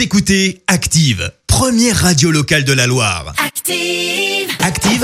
Vous écoutez Active, première radio locale de la Loire. Active,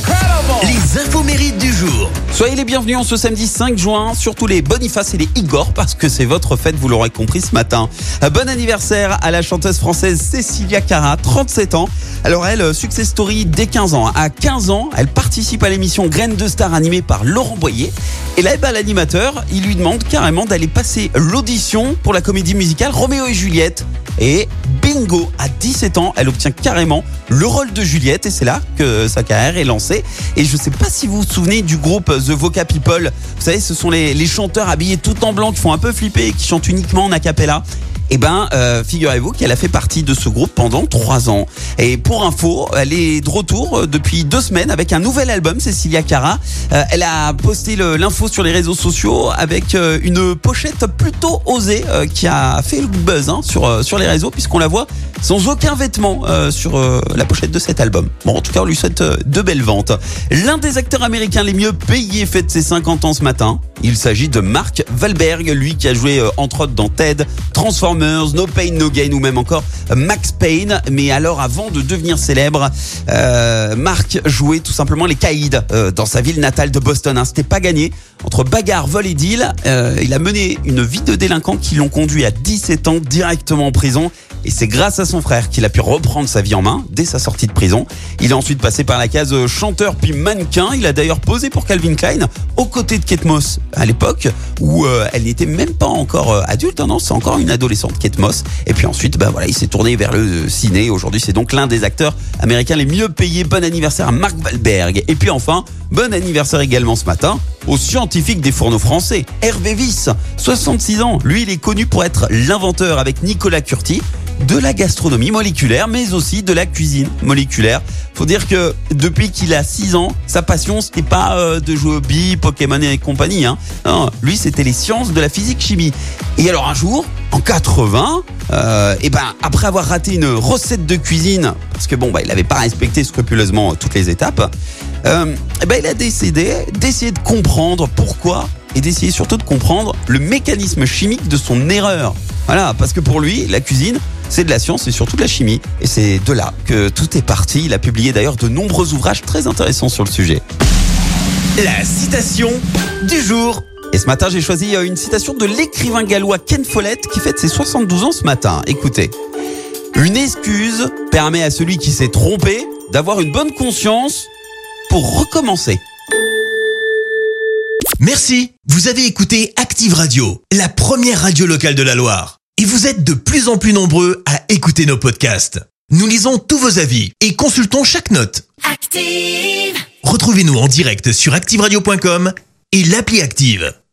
les infos mérites du jour. Soyez les bienvenus en ce samedi 5 juin, surtout les Boniface et les Igor, parce que c'est votre fête, vous l'aurez compris ce matin. Bon anniversaire à la chanteuse française Cecilia Cara, 37 ans. Alors elle, success story dès 15 ans. À 15 ans, elle participe à l'émission Graines de Star animée par Laurent Boyer. Et là, l'animateur, il lui demande carrément d'aller passer l'audition pour la comédie musicale Roméo et Juliette. Et bingo, à 17 ans, elle obtient carrément le rôle de Juliette et c'est là que sa carrière est lancée. Et je sais pas si vous vous souvenez du groupe The Voca People. Vous savez, ce sont les chanteurs habillés tout en blanc qui font un peu flipper et qui chantent uniquement en a cappella. Eh ben, figurez-vous qu'elle a fait partie de ce groupe pendant 3 ans. Et pour info, elle est de retour depuis 2 semaines avec un nouvel album, Cecilia Cara. Elle a posté l'info sur les réseaux sociaux avec une pochette plutôt osée qui a fait le buzz sur les réseaux puisqu'on la voit sans aucun vêtement sur la pochette de cet album. Bon, en tout cas, on lui souhaite de belles ventes. L'un des acteurs américains les mieux payés fête ses 50 ans ce matin. Il s'agit de Mark Wahlberg, lui qui a joué entre autres dans Ted, Transformers, No Pain No Gain ou même encore Max Payne. Mais alors avant de devenir célèbre, Mark jouait tout simplement les caïds dans sa ville natale de Boston. C'était pas gagné. Entre bagarre, vol et deal, il a mené une vie de délinquant qui l'ont conduit à 17 ans directement en prison. Et c'est grâce à son frère qu'il a pu reprendre sa vie en main dès sa sortie de prison. Il est ensuite passé par la case chanteur puis mannequin. Il a d'ailleurs posé pour Calvin Klein aux côtés de Kate Moss à l'époque où elle n'était même pas encore adulte. Non, c'est encore une adolescente, Kate Moss. Et puis ensuite, il s'est tourné vers le ciné. Aujourd'hui, c'est donc l'un des acteurs américains les mieux payés. Bon anniversaire à Mark Wahlberg. Et puis enfin, bon anniversaire également ce matin au scientifique des fourneaux français, Hervé Wyss, 66 ans. Lui, il est connu pour être l'inventeur avec Nicolas Curti de la gastronomie moléculaire, mais aussi de la cuisine moléculaire. Faut dire que depuis qu'il a 6 ans, sa passion, c'était pas de jouer au billes, Pokémon et compagnie. Non, lui, c'était les sciences de la physique-chimie. Et alors un jour, en 80, après avoir raté une recette de cuisine, parce que il avait pas respecté scrupuleusement toutes les étapes, il a décidé d'essayer de comprendre pourquoi et d'essayer surtout de comprendre le mécanisme chimique de son erreur. Voilà, parce que pour lui, la cuisine, c'est de la science et surtout de la chimie. Et c'est de là que tout est parti. Il a publié d'ailleurs de nombreux ouvrages très intéressants sur le sujet. La citation du jour. Et ce matin, j'ai choisi une citation de l'écrivain gallois Ken Follett qui fête ses 72 ans ce matin. Écoutez. Une excuse permet à celui qui s'est trompé d'avoir une bonne conscience pour recommencer. Merci. Vous avez écouté Active Radio, la première radio locale de la Loire. Et vous êtes de plus en plus nombreux à écouter nos podcasts. Nous lisons tous vos avis et consultons chaque note. Active! Retrouvez-nous en direct sur activeradio.com et l'appli Active.